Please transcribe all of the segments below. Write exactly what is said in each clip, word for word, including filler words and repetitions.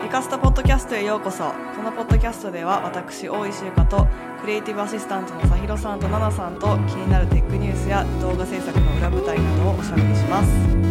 リカストポッドキャストへようこそ。このポッドキャストでは私大石優香とクリエイティブアシスタントのさひろさんとななさんと気になるテックニュースや動画制作の裏舞台などをおしゃべりします。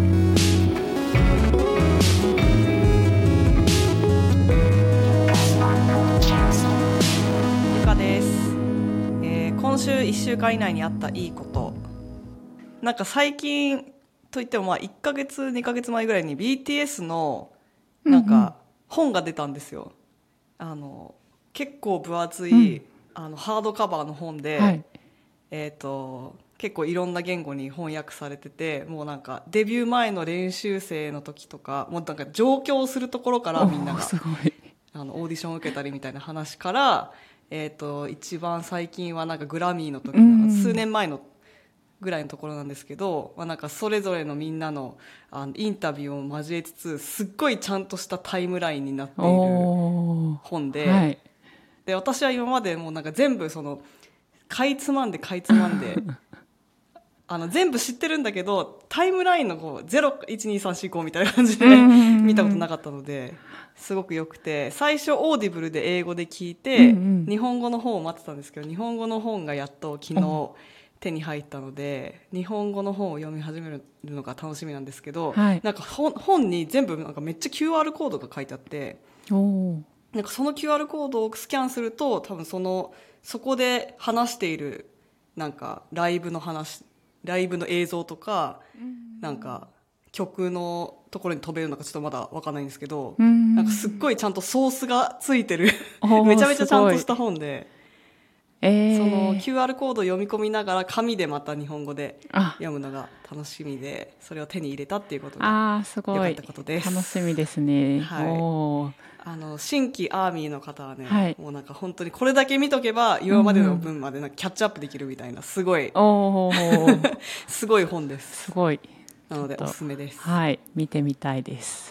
ゆかです、えー、今週いっしゅうかん以内にあったいいこと。なんか最近といってもまあいっかげつにかげつまえぐらいに ビーティーエス のなんか本が出たんですよ。あの結構分厚い、うん、あのハードカバーの本で、はい、えーと、結構いろんな言語に翻訳されてて、もうなんかデビュー前の練習生の時とか、もうなんか上京するところからみんながすごいあのオーディションを受けたりみたいな話から、えーと、一番最近はなんかグラミーの時の数年前のぐらいのところなんですけど、まあ、なんかそれぞれのみんな の, あのインタビューを交えつつ、すっごいちゃんとしたタイムラインになっている本 で,、はい、で私は今までもうなんか全部そのかいつまんでかいつまんであの全部知ってるんだけど、タイムラインのこうゼロ、いち、に、さん、し、ごみたいな感じで見たことなかったので、すごく良くて、最初オーディブルで英語で聞いて、うんうん、日本語の本を待ってたんですけど、日本語の本がやっと昨日手に入ったので、日本語の本を読み始めるのが楽しみなんですけど、はい、なんか 本, 本に全部なんかめっちゃ キューアール コードが書いてあって、おなんかその キューアール コードをスキャンすると、多分そのそこで話しているなんかライブの話ライブの映像とか、なんか曲のところに飛べるのかちょっとまだ分かんないんですけど、なんかすっごいちゃんとソースがついてるめちゃめちゃちゃんとした本で、えー、その キューアール コードを読み込みながら紙でまた日本語で読むのが楽しみで、それを手に入れたっていうことが良かったことです。 楽しみですね、 はい、おあの新規アーミーの方はね、はい、もうなんか本当にこれだけ見とけば今までの分までなんかキャッチアップできるみたいな、すごいおすごい本です。 すごいなのでおすすめです。 はい、見てみたいです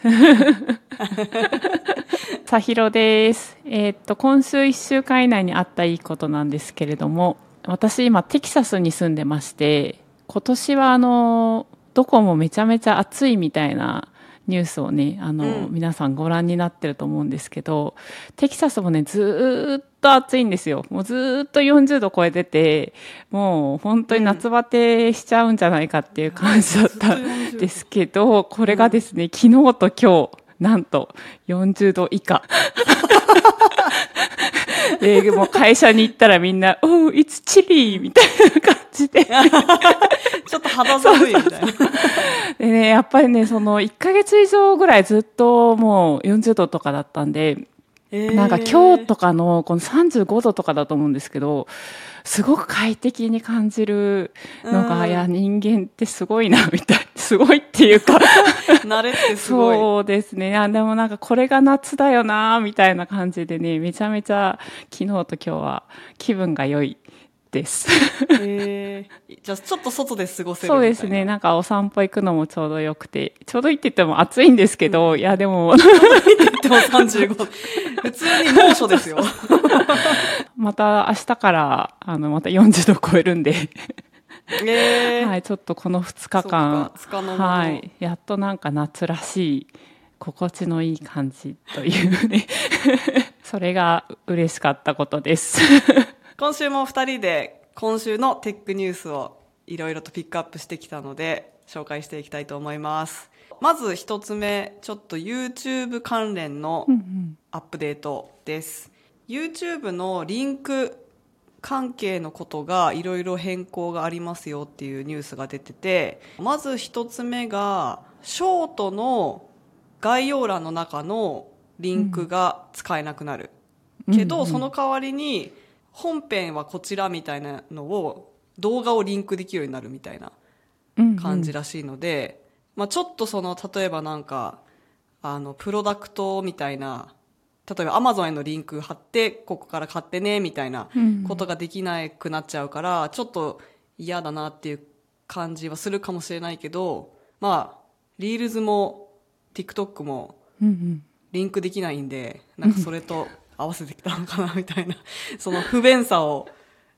さひろです。えー、っと今週いっしゅうかん以内にあったいいことなんですけれども、私今テキサスに住んでまして、今年はあのどこもめちゃめちゃ暑いみたいなニュースをね、あの、うん、皆さんご覧になってると思うんですけど、テキサスもねずっと暑いんですよ。もうずっとよんじゅうど超えてて、もう本当に夏バテしちゃうんじゃないかっていう感じだったんですけど、これがですね、昨日と今日なんとよんじゅうど以下でもう会社に行ったらみんな「Oh, it's chilly」みたいな感じでちょっと肌寒いみたいなでね、やっぱりね、そのいっかげつ以上ぐらいずっともうよんじゅうどとかだったんで、えー、なんか今日とかのこのさんじゅうごどとかだと思うんですけど、すごく快適に感じるのが、いや人間ってすごいなみたい、すごいっていうか慣れってすごい。 そうですね。でもなんかこれが夏だよなみたいな感じでね、めちゃめちゃ昨日と今日は気分が良いですえー、じゃあちょっと外で過ごせるみたいな。 そうですね。なんかお散歩行くのもちょうどよくて、ちょうどいいって言っても暑いんですけど、うん、いやでもちょうどいいって言ってもさんじゅうごど普通に猛暑ですよまた明日からあのまたよんじゅうど超えるんでえー、 はい、ちょっとこのふつかかん、はい、やっとなんか夏らしい心地のいい感じというねそれが嬉しかったことです今週もふたりで今週のテックニュースをいろいろとピックアップしてきたので紹介していきたいと思います。まず一つ目、ちょっと YouTube 関連のアップデートです、うんうん、YouTube のリンク関係のことがいろいろ変更がありますよっていうニュースが出てて、まず一つ目がショートの概要欄の中のリンクが使えなくなる、うん、けど、うんうん、その代わりに本編はこちらみたいなのを動画をリンクできるようになるみたいな感じらしいので、うんうんまあ、ちょっとその例えばなんかあのプロダクトみたいな、例えば Amazon へのリンク貼ってここから買ってねみたいなことができなくなっちゃうから、ちょっと嫌だなっていう感じはするかもしれないけど、まあリールズも TikTok もリンクできないんで、なんかそれと合わせてきたのかなみたいなその不便さを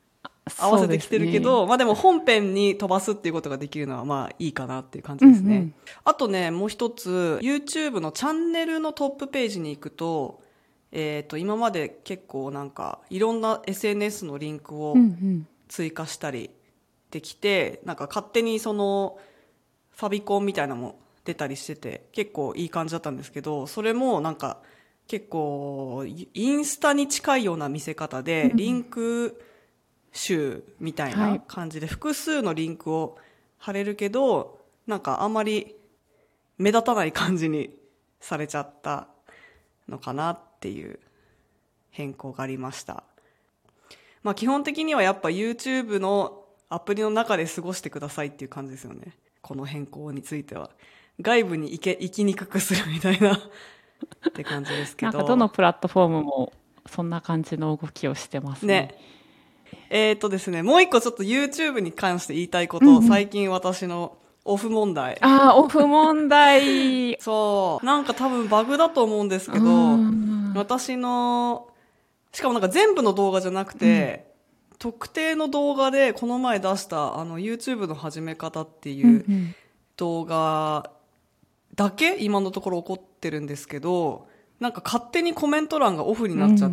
合わせてきてるけど、ね、まあでも本編に飛ばすっていうことができるのはまあいいかなっていう感じですね。うんうん、あとね、もう一つ、YouTube のチャンネルのトップページに行くと、えっと、今まで結構なんかいろんな エスエヌエス のリンクを追加したりできて、うんうん、なんか勝手にそのファビコンみたいなのも出たりしてて、結構いい感じだったんですけど、それもなんか結構インスタに近いような見せ方で、リンク集みたいな感じで複数のリンクを貼れるけど、なんかあんまり目立たない感じにされちゃったのかなっていう変更がありました。まあ基本的にはやっぱ YouTube のアプリの中で過ごしてくださいっていう感じですよね。この変更については。外部に行け、行きにくくするみたいなって感じですけど。 なんかどのプラットフォームもそんな感じの動きをしてますね。 ね。えっとですね、もう一個ちょっと YouTube に関して言いたいこと、うんうん、最近私のオフ問題。 ああ、オフ問題。 そう。なんか多分バグだと思うんですけど、私の、しかもなんか全部の動画じゃなくて、うん、特定の動画でこの前出したあの YouTube の始め方っていう動画だけ今のところ起こってるんですけど、なんか勝手にコメント欄がオフになっちゃって、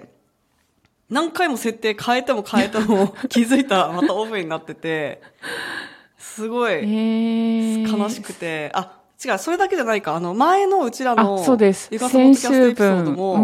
うん、何回も設定変えても変えても気づいたらまたオフになってて、すごい悲しくて、えー、あ、違う、それだけじゃないか。あの、前のうちらの、 そうです。 ゆかさポッドキャストエピソードも、うん、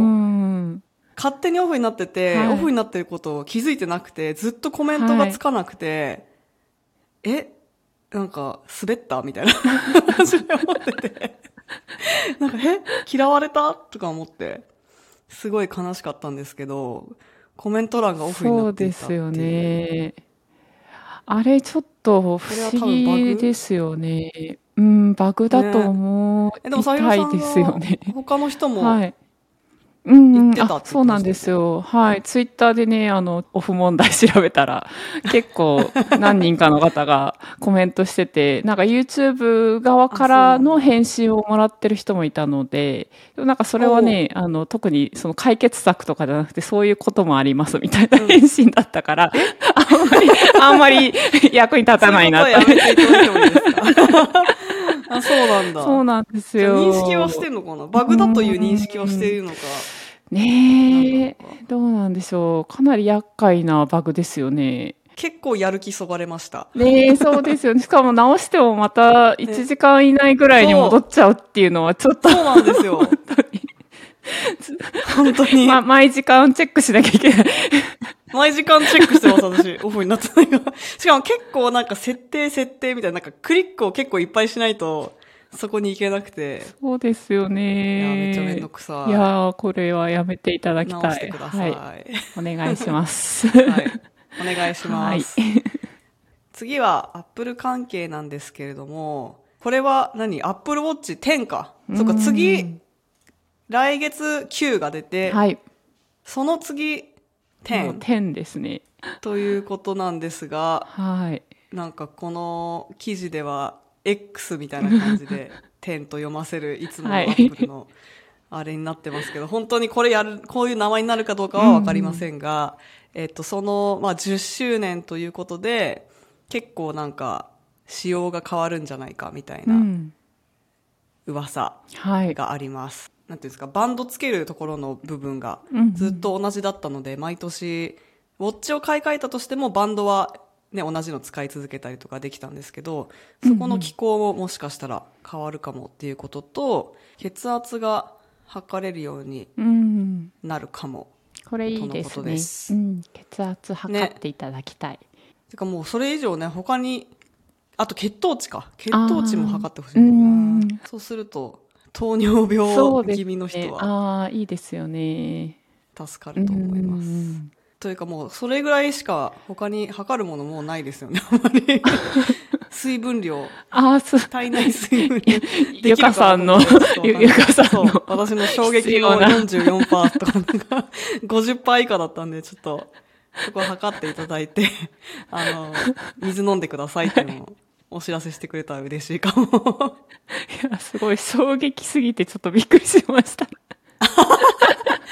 勝手にオフになってて、はい、オフになってることを気づいてなくて、ずっとコメントがつかなくて、はい、え、なんか、滑ったみたいな感じで思ってて、なんか、え、嫌われたとか思って、すごい悲しかったんですけど、コメント欄がオフになっていたっていう。 そうですよね。あれちょっと不思議ですよね。うん、バグだと思いたいですよね。 他の人も、 はい。うんうん、あ、そうなんですよ。はい。ツイッターでね、あの、オフ問題調べたら、結構何人かの方がコメントしてて、なんか YouTube 側からの返信をもらってる人もいたので、なんかそれはね、あの、特にその解決策とかじゃなくて、そういうこともありますみたいな返信だったから、うん、あんまり、あんまり役に立たないなと。 そういうことはやめていただいてもいいですか？あ、そうなんだ。 そうなんですよ。 認識はしてんのかな？バグだという認識はしているのか。 ねえ、どうなんでしょう。かなり厄介なバグですよね。 結構やる気そがれました。 ねえ、そうですよね。しかも直してもまたいちじかん以内ぐらいに戻っちゃうっていうのはちょっと。 そうなんですよ。本当に。本当に。 ま、毎時間チェックしなきゃいけない。 毎時間チェックしてます、私。オフになってないが。しかも結構なんか設定設定みたいな、なんかクリックを結構いっぱいしないと、そこに行けなくて。 そうですよね。 いや、めっちゃめんどくさい。 いや、これはやめていただきたい。 直してください。 はい、お願いします。 はい。お願いします。はい、次は Apple 関係なんですけれども、これは何？ Apple Watch テンか。そっか、次、来月きゅうが出て、はい、その次、テン。 テンですね。 ということなんですが、 はい。 なんかこの記事では、X みたいな感じで、テンと読ませるいつもの Apple のあれになってますけど、はい、本当にこれやる、こういう名前になるかどうかはわかりませんが、うん、えっと、その、まあ、じゅっしゅうねんということで、結構なんか、仕様が変わるんじゃないかみたいな噂があります。うん、はい、なんていうんですか、バンドつけるところの部分がずっと同じだったので、うんうん、毎年、ウォッチを買い替えたとしても、バンドはね、同じの使い続けたりとかできたんですけど、そこの機構ももしかしたら変わるかもっていうことと、血圧が測れるようになるかも、 うん、これいいですね。とのことです。うん、血圧測っていただきたい。ね、 てかもうそれ以上ね、他に、あと血糖値か。血糖値も測ってほしいんだな。そうすると、糖尿病気味の人は、 ね、ああ、いいですよね。 助かると思います。というかもうそれぐらいしか他に測るものもうないですよね、あんまり。水分量。 ああ、そう。 体内水分量。 ゆかさんの、ゆかさんの。 私の衝撃の よんじゅうよんパーセント とか、なんかごじゅっパーセント 以下だったんで、ちょっと、そこは測っていただいて、あの、水飲んでくださいっていうのをお知らせしてくれたら嬉しいかも。 いや、すごい衝撃すぎてちょっとびっくりしました。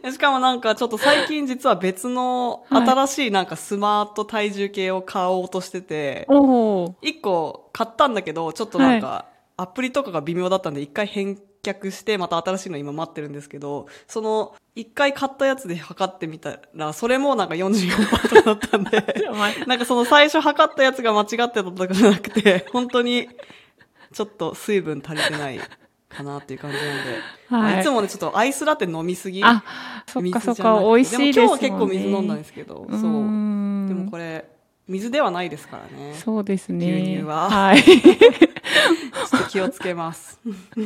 しかもなんかちょっと最近実は別の新しいなんかスマート体重計を買おうとしてて、 おー。 一個買ったんだけど、ちょっとなんかアプリとかが微妙だったんで一回返却してまた新しいの今待ってるんですけど、その一回買ったやつで測ってみたら、それもなんか よんじゅうよんパーセント だったんで、なんかその最初測ったやつが間違ってたとかじゃなくて、本当にちょっと水分足りてないかなっていう感じなんで、 はい、 いつもねちょっとアイスラテ飲みすぎ。 あ、そっかそっか、美味しいですもんね。 でも今日は結構水飲んだんですけど、そう。でもこれ水ではないですからね。 そうですね。 牛乳は。 はい。 ちょっと気をつけます。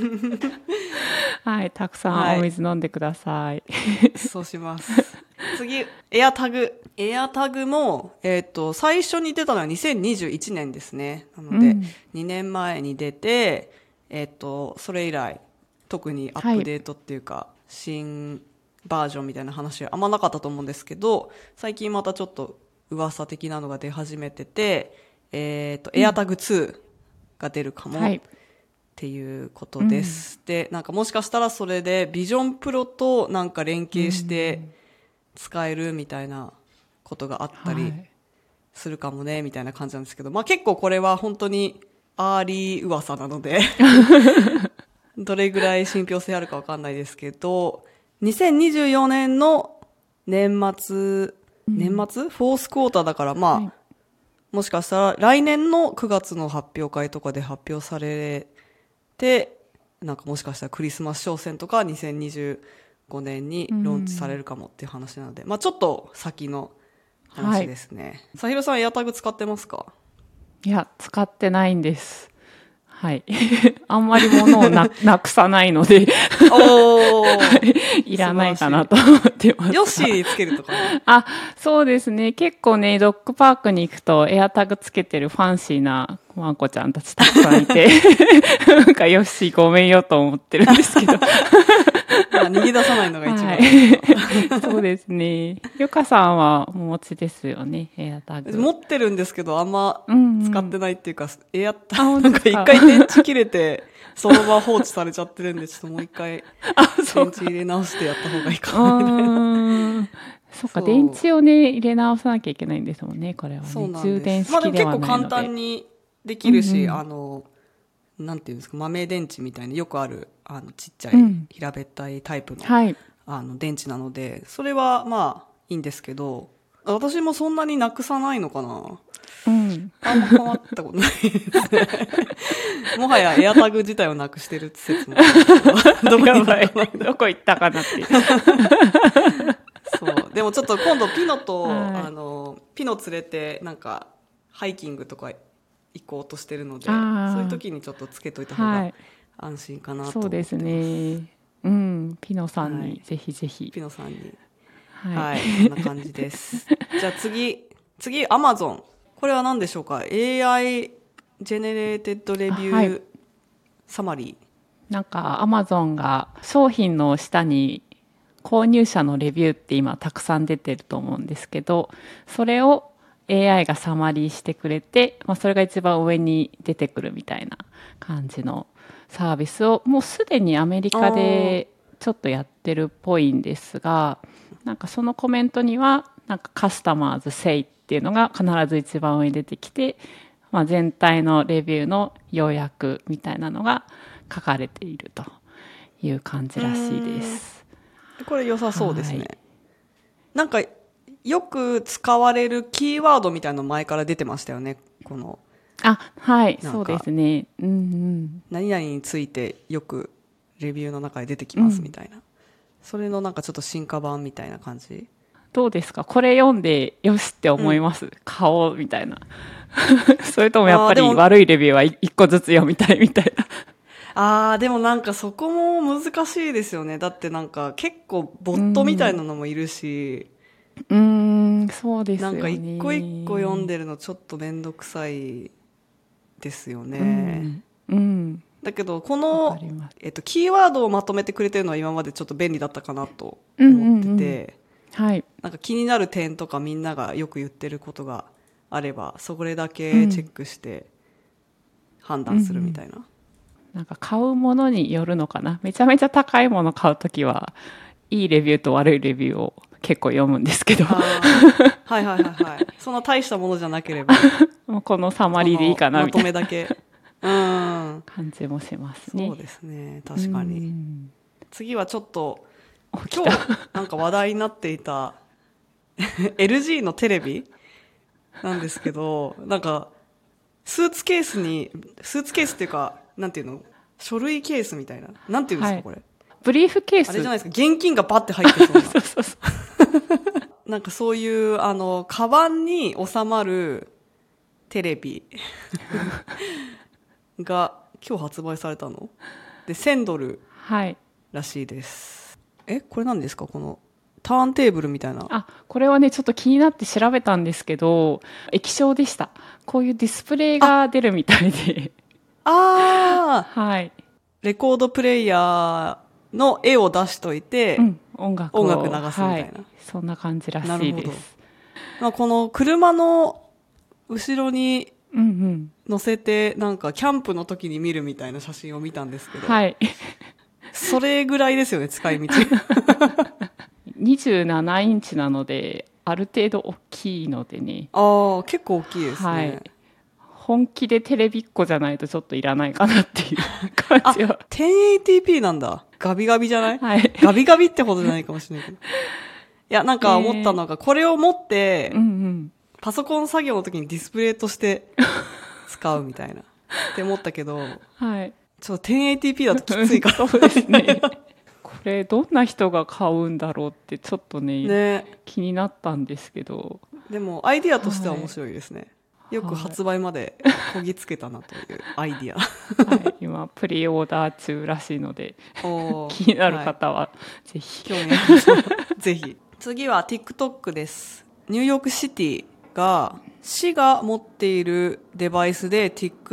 はい、たくさんお水飲んでください。 はい、そうします。次、エアタグ。エアタグも、えっと、最初に出たのはにせんにじゅういちねんですね。なので、うん、にねんまえに出て、えっと、それ以来、特にアップデートっていうか、はい、新バージョンみたいな話はあんまなかったと思うんですけど、最近またちょっと噂的なのが出始めてて、えっと、エアタグツーが出るかも、はいっていうことです、うん、でなんかもしかしたらそれでビジョンプロとなんか連携して使えるみたいなことがあったりするかもねみたいな感じなんですけど、まあ結構これは本当にアーリー噂なのでどれぐらい信憑性あるかわかんないですけど、にせんにじゅうよねんの年末年末、うん、フォースクォーターだからまあ、はい、もしかしたら来年のくがつの発表会とかで発表されでなんかもしかしたらクリスマス商戦とかにせんにじゅうごねんにローンチされるかもっていう話なので、うん、まあちょっと先の話ですね。さひろさんエアタグ使ってますか？ いや使ってないんです。はいあんまり物を な, なくさないのでおいらないかなと思ってます。 ヨッシーにつけるとかね。 あ、そうですね。結構ねドッグパークに行くとエアタグつけてるファンシーなワンコちゃんたちたくさんいてなんかヨッシーごめんよと思ってるんですけどまあ逃げ出さないのが一番、はい、 そうですね。ゆかさんはお持ちですよねエアタグ。 持ってるんですけどあんま使ってないっていうか、うんうん、エアタグなんか一回電池切れてその場放置されちゃってるんでちょっともう一回電池入れ直してやった方がいいかなみたいな。 そうか、電池をね入れ直さなきゃいけないんですもんねこれはね。 そうなんです。 充電式ではないので。 まあでも結構簡単にできるし、うんうん、あのなんていうんですか豆電池みたいなよくあるあのちっちゃい平べったいタイプの、うんはい、あの電池なのでそれはまあいいんですけど、私もそんなになくさないのかな。うん、あんま変わったことないですねもはやエアタグ自体をなくしてる説もどこにどこ行ったかなってそうでもちょっと今度ピノと、はい、あのピノ連れてなんかハイキングとか行こうとしてるのでそういう時にちょっとつけといた方が安心かなと思ってます、はい、そうですね。 うん、ピノさんに、はい、ぜひぜひピノさんにはい、はい、こんな感じですじゃあ次次アマゾン、これは何でしょうか。 エーアイ ジェネレーテッドレビュー、はい、サマリー。 なんかアマゾンが商品の下に購入者のレビューって今たくさん出てると思うんですけど、それを エーアイ がサマリーしてくれて、まあ、それが一番上に出てくるみたいな感じのサービスをもうすでにアメリカでちょっとやってるっぽいんですが、なんかそのコメントにはなんかカスタマーズセイっていうのが必ず一番上に出てきて、まあ、全体のレビューの要約みたいなのが書かれているという感じらしいです。 これ良さそうですね、はい、なんかよく使われるキーワードみたいなの前から出てましたよね。このあ、はいそうですね、うんうん、 何々についてよくレビューの中で出てきますみたいな、うん、それのなんかちょっと進化版みたいな感じ。 どうですか、これ読んでよしって思います、うん、買おうみたいなそれともやっぱり悪いレビューは一個ずつ読みたいみたいなあーでもなんかそこも難しいですよね。だってなんか結構ボットみたいなのもいるし、 うーんそうですよね。 なんか一個一個読んでるのちょっとめんどくさいですよね、うん、うん、だけどこの、えっと、キーワードをまとめてくれてるのは今までちょっと便利だったかなと思ってて、うんうんうん、はい、なんか気になる点とかみんながよく言ってることがあればそれだけチェックして判断するみたいな、うんうん、 なんか買うものによるのかな。めちゃめちゃ高いもの買うときはいいレビューと悪いレビューを結構読むんですけど。 はいはいはいはい。そんな大したものじゃなければ。 もうこのサマリーでいいかなみたいな。 まとめだけ。うん。 感じもしますね。 そうですね。確かに。次はちょっと、 今日なんか話題になっていたエルジー のテレビなんですけど、なんか、スーツケースに、スーツケースっていうか、なんていうの書類ケースみたいな。なんていうんですか、はい、これ。 ブリーフケース。 あれじゃないですか。現金がバッて入ってそうな。 そうそうそう。 なんかそういう、あの、カバンに収まるテレビが今日発売されたので、せんドルらしいです。はい、え、これ何ですかこのターンテーブルみたいな。 あ、これはね、ちょっと気になって調べたんですけど、液晶でした。こういうディスプレイが出るみたいで。 ああはい。 レコードプレイヤーの絵を出しといて、 うん、音楽を音楽流すみたいな、はい。 そんな感じらしいです。 まあ、この車の後ろに乗せて、なんかキャンプの時に見るみたいな写真を見たんですけど。 はい。 それぐらいですよね、使い道。 にじゅうななインチなので、ある程度大きいのでね。 ああ、結構大きいですね。はい。 本気でテレビっ子じゃないとちょっといらないかなっていう感じは。 あ、テンエイティーピー なんだ。ガビガビじゃない？ はい。 ガビガビってほどじゃないかもしれないけど。いや、なんか思ったのが、これを持って、うんうん、パソコン作業の時にディスプレイとして使うみたいな。って思ったけど、はい。ちょっと テンエイティーピー だときついから。 そうですね。これ、どんな人が買うんだろうってちょっとね、ね気になったんですけど。 でも、アイディアとしては面白いですね。はい、よく発売までこぎつけたなというアイディア。 はい、今、プリオーダー中らしいので、気になる方は、ぜひ。 興味ありますぜひ。次は TikTok です。ニューヨークシティが、市が持っているデバイスで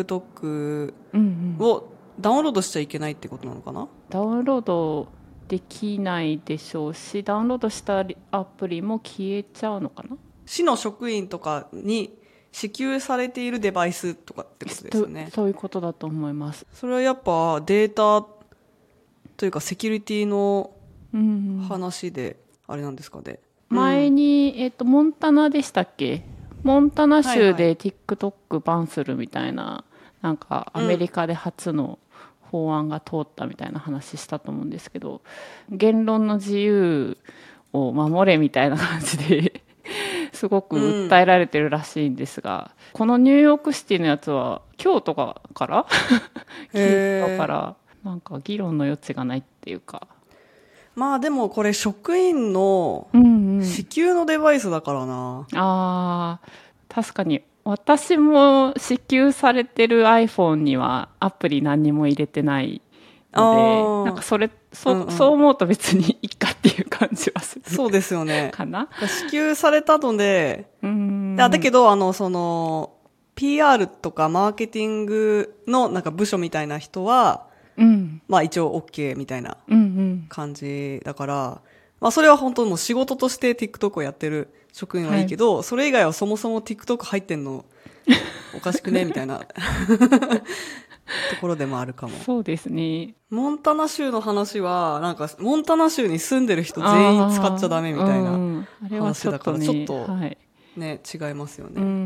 TikTok をダウンロードしちゃいけないってことなのかな？ ダウンロードできないでしょうし、ダウンロードしたアプリも消えちゃうのかな？ 市の職員とかに支給されているデバイスとかってことですよね。 そういうことだと思います。 それはやっぱデータというかセキュリティの話であれなんですかね。 うん、前に、えっと、モンタナでしたっけ？モンタナ州で TikTok バンするみたいな、はいはい、なんかアメリカで初の法案が通ったみたいな話したと思うんですけど、言論の自由を守れみたいな感じですごく訴えられてるらしいんですが、うん、このニューヨークシティのやつは今日とかから聞いたからなんか議論の余地がないっていうか。 まあでもこれ職員の支給のデバイスだからな。うんうん、 ああ、確かに私も支給されてる iPhone にはアプリ何にも入れてないので、なんかそれ そ,、うんうん、そう思うと別にいいかっていう感じはする。 そうですよね。 かな。 支給されたので、うんだけどあのその ピーアール とかマーケティングのなんか部署みたいな人は。うん、まあ一応 OK みたいな感じだから、うんうん、まあそれは本当もう仕事として TikTok をやってる職員はいいけど、はい、それ以外はそもそも TikTok 入ってんのおかしくねみたいなところでもあるかも。 そうですね。 モンタナ州の話は、なんかモンタナ州に住んでる人全員使っちゃダメみたいな話だから、ちょっとね、違いますよね。うんうんうん、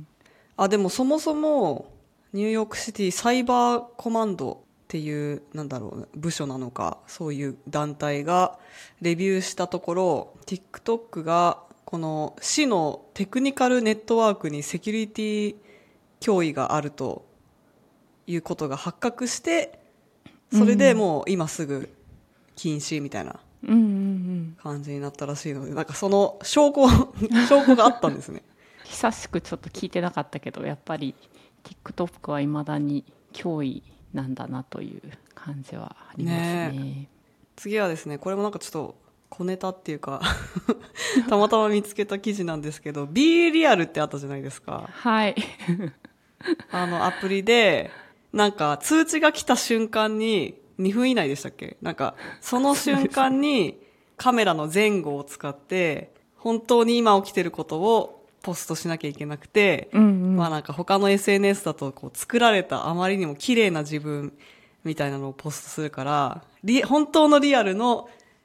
あ、でもそもそもニューヨークシティサイバーコマンドっていうなんだろう部署なのかそういう団体がレビューしたところ TikTok がこの市のテクニカルネットワークにセキュリティ脅威があるということが発覚してそれでもう今すぐ禁止みたいな感じになったらしいのでなんかその証拠証拠があったんですね。 久しくちょっと聞いてなかったけどやっぱり TikTok は未だに脅威なんだなという感じはあります ね, ね次はですねこれもなんかちょっと小ネタっていうかたまたま見つけた記事なんですけど Be Real ってあったじゃないですか。 はいあのアプリでなんか通知が来た瞬間ににふん以内でしたっけなんかその瞬間にカメラの前後を使って本当に今起きてることをポストしなきゃいけなくて、うんうん、まあなんか他の エスエヌエス だとこう作られたあまりにも綺麗な自分みたいなのをポストするから、リ本当のリアルの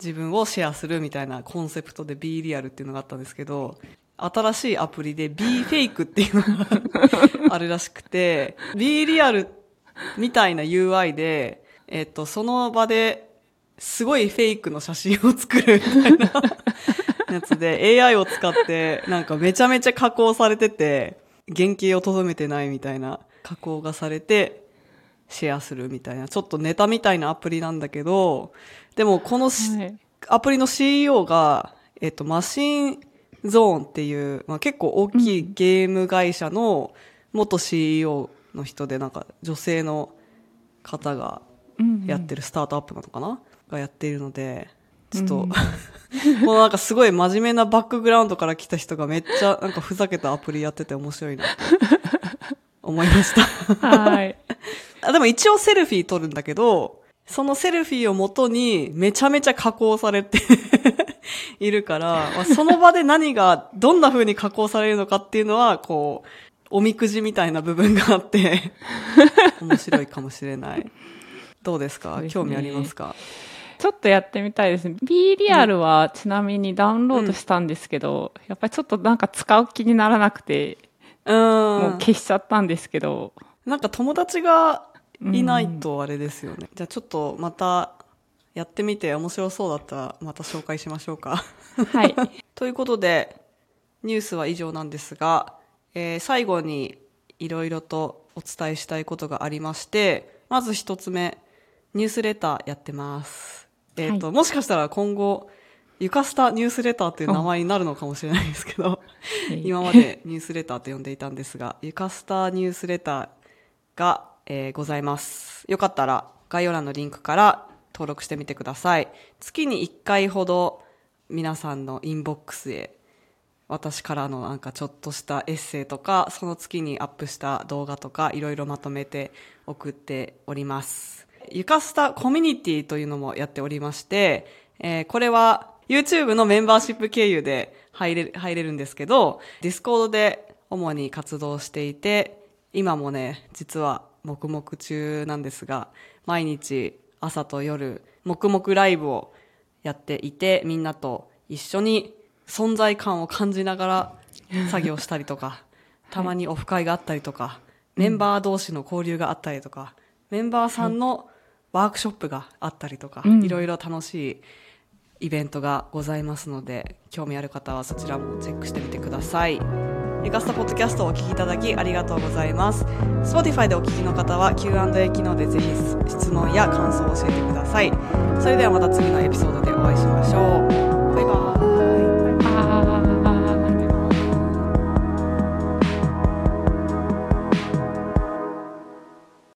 自分をシェアするみたいなコンセプトで Be Real っていうのがあったんですけど、新しいアプリで Be Fake っていうのがあるらしくて、Be Real みたいな ユーアイ で、えっと、その場ですごいフェイクの写真を作るみたいなやつで エーアイ を使ってなんかめちゃめちゃ加工されてて、原型をとどめてないみたいな加工がされてシェアするみたいな、ちょっとネタみたいなアプリなんだけど、でもこの、はい、アプリの シーイーオー が、えっと、マシンゾーンっていう、まあ、結構大きいゲーム会社の元 シーイーオー の人で、なんか女性の方がやってるスタートアップなのかな、がやっているので、ちょっと、うん、もうなんかすごい真面目なバックグラウンドから来た人がめっちゃなんかふざけたアプリやってて面白いなと思いましたはい。でも一応セルフィー撮るんだけど、そのセルフィーを元にめちゃめちゃ加工されているから、まあ、その場で何がどんな風に加工されるのかっていうのはこうおみくじみたいな部分があって面白いかもしれない。どうですか？ですね、興味ありますか？ ちょっとやってみたいですね。Be Real はちなみにダウンロードしたんですけど、うん、やっぱりちょっとなんか使う気にならなくて、うん、もう消しちゃったんですけど。 なんか友達がいないとあれですよね。うん、じゃあちょっとまたやってみて面白そうだったらまた紹介しましょうか。はい。ということで、ニュースは以上なんですが、えー、最後にいろいろとお伝えしたいことがありまして、まず一つ目、ニュースレターやってます。えっと、はい、もしかしたら今後、ゆかスタニュースレターという名前になるのかもしれないですけど、今までニュースレターと呼んでいたんですが、ゆかスタニュースレターが、えー、ございます。よかったら概要欄のリンクから登録してみてください。月にいっかいほど皆さんのインボックスへ私からのなんかちょっとしたエッセイとか、その月にアップした動画とかいろいろまとめて送っております。ゆかスタコミュニティというのもやっておりまして、えー、これは YouTube のメンバーシップ経由で入れる、入れるんですけど、Discord で主に活動していて、今もね、実は黙々中なんですが、毎日朝と夜、黙々ライブをやっていて、みんなと一緒に存在感を感じながら作業したりとか、たまにオフ会があったりとか、メンバー同士の交流があったりとか、メンバーさんのワークショップがあったりとか、いろいろ楽しいイベントがございますので、興味ある方はそちらもチェックしてみてください。ゆかスタポッドキャストをお聞きいただきありがとうございます。 Spotify でお聞きの方は キューアンドエー 機能でぜひ質問や感想を教えてください。それではまた次のエピソードでお会いしましょう。